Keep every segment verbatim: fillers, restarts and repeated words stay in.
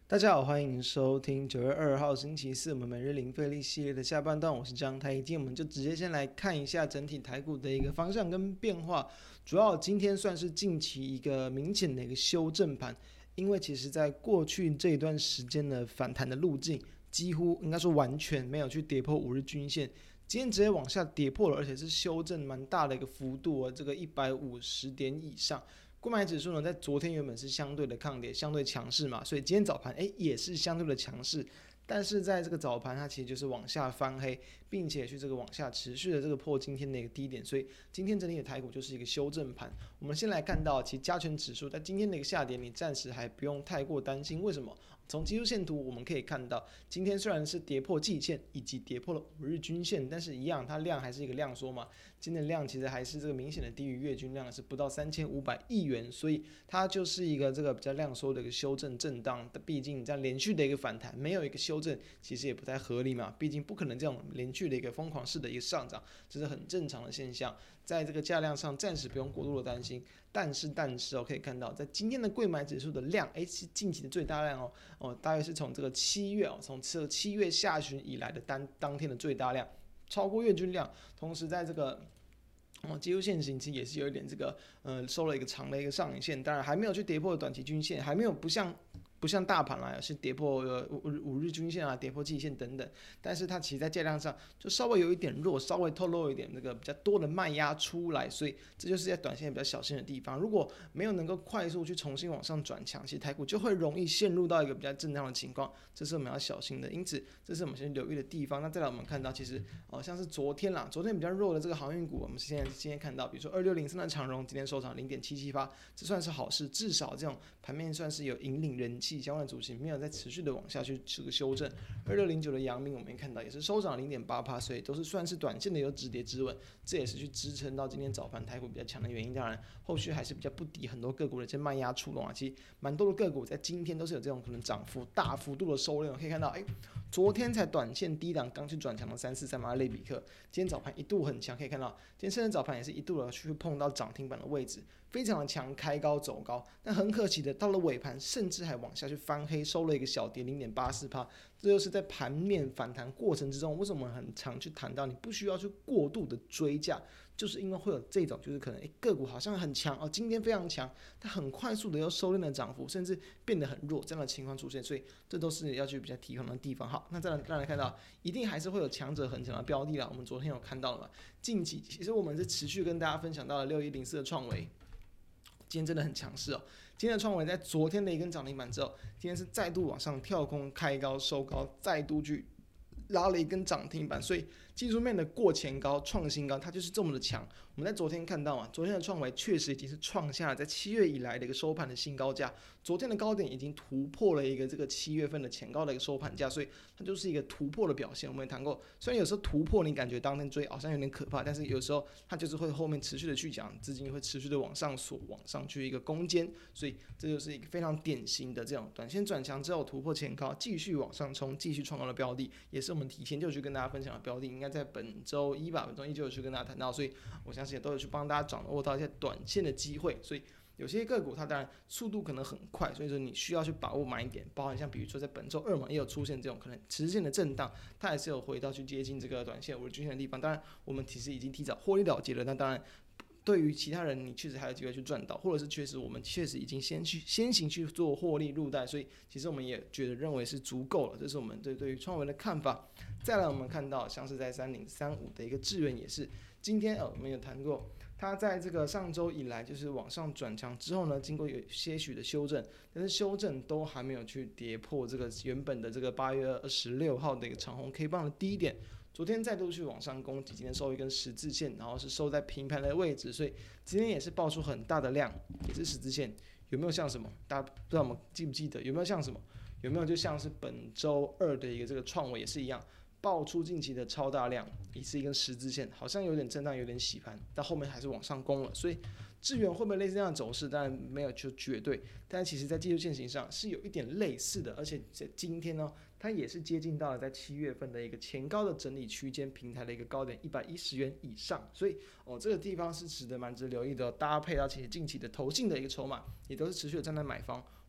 大家好，欢迎收听九月二号星期四我们每日零费力系列的下半段，我是张太一。今天我们就直接先来看一下整体台股的一个方向跟变化。主要今天算是近期一个明显的一个修正盘，因为其实在过去这一段时间的反弹的路径，几乎应该说完全没有去跌破五日均线。今天直接往下跌破了，而且是修正蛮大的一个幅度哦，这个一百五十点以上。购买指数呢，在昨天原本是相对的抗跌，相对强势嘛，所以今天早盘哎也是相对的强势，但是在这个早盘它其实就是往下翻黑，并且去这个往下持续的这个破今天的一个低点，所以今天整体的台股就是一个修正盘。我们先来看到，其实加权指数在今天的一个下跌，你暂时还不用太过担心，为什么？从技术线图我们可以看到，今天虽然是跌破季线以及跌破了五日均线，但是一样它量还是一个量缩嘛，今天的量其实还是这个明显的低于月均量，是不到三千五百亿元，所以它就是一个这个比较量缩的一个修正震荡。毕竟这样连续的一个反弹，没有一个修正，其实也不太合理嘛。毕竟不可能这种连续的一个疯狂式的一个上涨，这是很正常的现象。在这个价量上暂时不用过度的担心，但是但是哦，可以看到在今天的贵买指数的量，哎，是近期的最大量哦，哦，大约是从这个七月哦，从这个七月下旬以来的当当天的最大量，超过月均量，同时在这个。哦，技术线型其实也是有一点这个，呃，收了一个长的一个上影线，当然还没有去跌破短期均线，还没有不像不像大盘啦，是跌破呃五五日均线啊，跌破季线等等，但是它其实在价量上就稍微有一点弱，稍微透露一点这个比较多的卖压出来，所以这就是在短线比较小心的地方。如果没有能够快速去重新往上转强，其实台股就会容易陷入到一个比较震荡的情况，这是我们要小心的。因此，这是我们先留意的地方。那再来我们看到，其实哦、呃，像是昨天啦，昨天比较弱的这个航运股，我们现在今天看到，比如说二六零三的长荣，今天收涨零点七七八，这算是好事，至少这种盘面算是有引领人气相关的主型没有再持续的往下去这个修正。二六零九的阳明我们也看到也是收涨零点八趴，所以都是算是短线的有止跌止稳，这也是去支撑到今天早盘台股比较强的原因。当然，后续还是比较不敌很多个股的这卖压出笼啊，其实蛮多的个股在今天都是有这种可能涨幅大幅度的收敛。可以看到，哎，昨天才短线低档刚去转强的三四三八类比克，今天早盘一度很强，可以看到今天甚至早盘也是一度的去碰到涨停板的位置，非常的强，开高走高。但很可惜的，到了尾盘甚至还往下去翻黑，收了一个小跌零点八四趴。这就是在盘面反弹过程之中，为什么我们很常去谈到你不需要去过度的追价，就是因为会有这种就是可能诶个股好像很强哦，今天非常强，它很快速的又收敛了涨幅，甚至变得很弱这样的情况出现，所以这都是要去比较提防的地方。好，那再来再来看到，一定还是会有强者恒强的标的啦。我们昨天有看到了嘛？近期其实我们是持续跟大家分享到了六一零四的创维。今天真的很强势哦！今天的创维在昨天的一根涨停板之后，今天是再度往上跳空开高收高，再度去拉了一根涨停板，所以技术面的过前高创新高，它就是这么的强。我们在昨天看到啊，昨天的创维确实已经是创下了在七月以来的一个收盘的新高价，昨天的高点已经突破了一个这个七月份的前高的一个收盘价，所以它就是一个突破的表现。我们也谈过，虽然有时候突破你感觉当天追好像有点可怕，但是有时候它就是会后面持续的去讲，资金会持续的往上锁，往上去一个攻坚，所以这就是一个非常典型的这种短线转强之后突破前高，继续往上冲，继续创高的标的，也是我们提前就去跟大家分享的标的，应该在本周一吧，本周一就有去跟大家谈到，所以我相信也都有去帮大家掌握到一些短线的机会，所以有些个股它当然速度可能很快，所以说你需要去把握买点，包含像比如说在本周二嘛，也有出现这种可能持续性的震荡，它还是有回到去接近这个短线五日均线的地方，当然我们其实已经提早获利了结了，那当然。对于其他人，你确实还有机会去赚到，或者是确实我们确实已经先去先行去做获利入袋，所以其实我们也觉得认为是足够了，这是我们对对于创维的看法。再来，我们看到像是在三零三五的一个智源也是，今天呃我们有谈过，它在这个上周以来就是往上转强之后呢，经过有些许的修正，但是修正都还没有去跌破这个原本的这个八月二十六号的一个长红 K 棒的低点。昨天再度去往上攻击，今天收一根十字线，然后是收在平盘的位置，所以今天也是爆出很大的量，也是十字线。有没有像什么？大家不知道我们记不记得？有没有像什么？有没有就像是本周二的一个这个创维也是一样，爆出近期的超大量，也是一根十字线，好像有点震荡，有点洗盘，但后面还是往上攻了。所以智源会不会类似这样的走势？当然没有就绝对，但其实在技术线型上是有一点类似的，而且在今天呢，它也是接近到了在七月份的一个前高的整理区间平台的一个高点一百一十元以上，所以哦这个地方是值得蛮值得留意的、哦，搭配到其实近期的投信的一个筹码也都是持续的站在买方。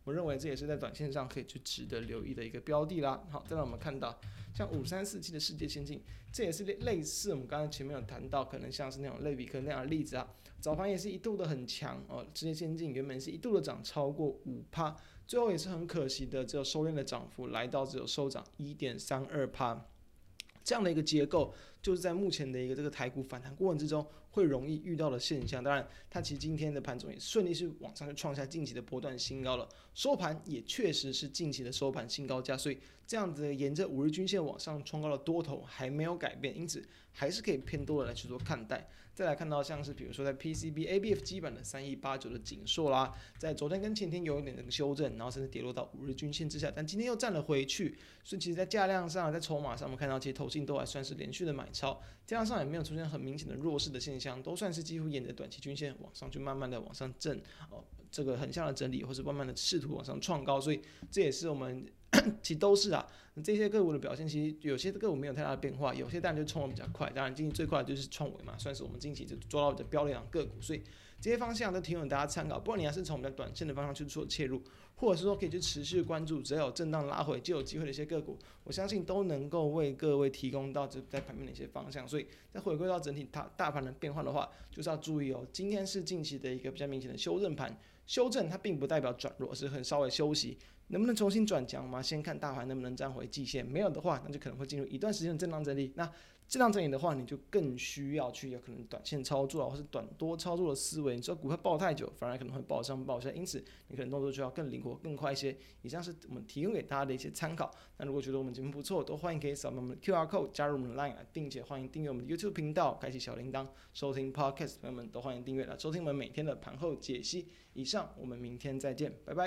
我认为这也是在短线上可以去值得留意的一个标的啦。好，再让我们看到像五三四七的世界先进，这也是类似我们刚才前面有谈到，可能像是那种类比科那样的例子啊。早盘也是一度的很强哦，世界先进原本是一度的涨超过 百分之五， 最后也是很可惜的，只有收敛的涨幅来到只有收涨 百分之一点三二。这样的一个结构，就是在目前的一个这个台股反弹过程之中会容易遇到的现象。当然，它其实今天的盘中也顺利是往上去创下近期的波段新高了，收盘也确实是近期的收盘新高价，所以这样子沿着五日均线往上冲高的多头还没有改变，因此还是可以偏多的来去做看待。再来看到像是比如说在 P C B、A B F 基板的三一八九的景硕啦，在昨天跟前天有一点的修正，然后甚至跌落到五日均线之下，但今天又站了回去，所以其实在价量上、在筹码上，我们看到其实投信都还算是连续的买超，价量上也没有出现很明显的弱势的现象，都算是几乎沿着短期均线往上去慢慢的往上震，哦，这个横向的整理，或是慢慢的试图往上创高，所以这也是我们其实都是啊，这些个股的表现，其实有些个股没有太大的变化，有些当然就冲的比较快，当然近期最快的就是创维嘛，算是我们近期就做到的标的个股，所以这些方向都提供给大家参考。不管你还是从比较短线的方向去做切入，或者是说可以去持续关注，只要有震荡拉回就有机会的一些个股，我相信都能够为各位提供到在盘面的一些方向。所以在回归到整体大大盘的变化的话，就是要注意哦，今天是近期的一个比较明显的修正盘，修正它并不代表转弱，而是很稍微休息。能不能重新转强嘛？先看大盘能不能站回季线，没有的话，那就可能会进入一段时间的震荡整理。那震荡整理的话，你就更需要去有可能短线操作啊，或是短多操作的思维。你知道股票抱太久，反而可能会抱上抱下，因此你可能动作就要更灵活、更快一些。以上是我们提供给大家的一些参考。那如果觉得我们节目不错，都欢迎可以扫描我们的 Q R code 加入我们的 Line， 并且欢迎订阅我们的 YouTube 频道，开启小铃铛，收听 Podcast。朋友们都欢迎订阅来收听我们每天的盘后解析。以上，我们明天再见，拜拜。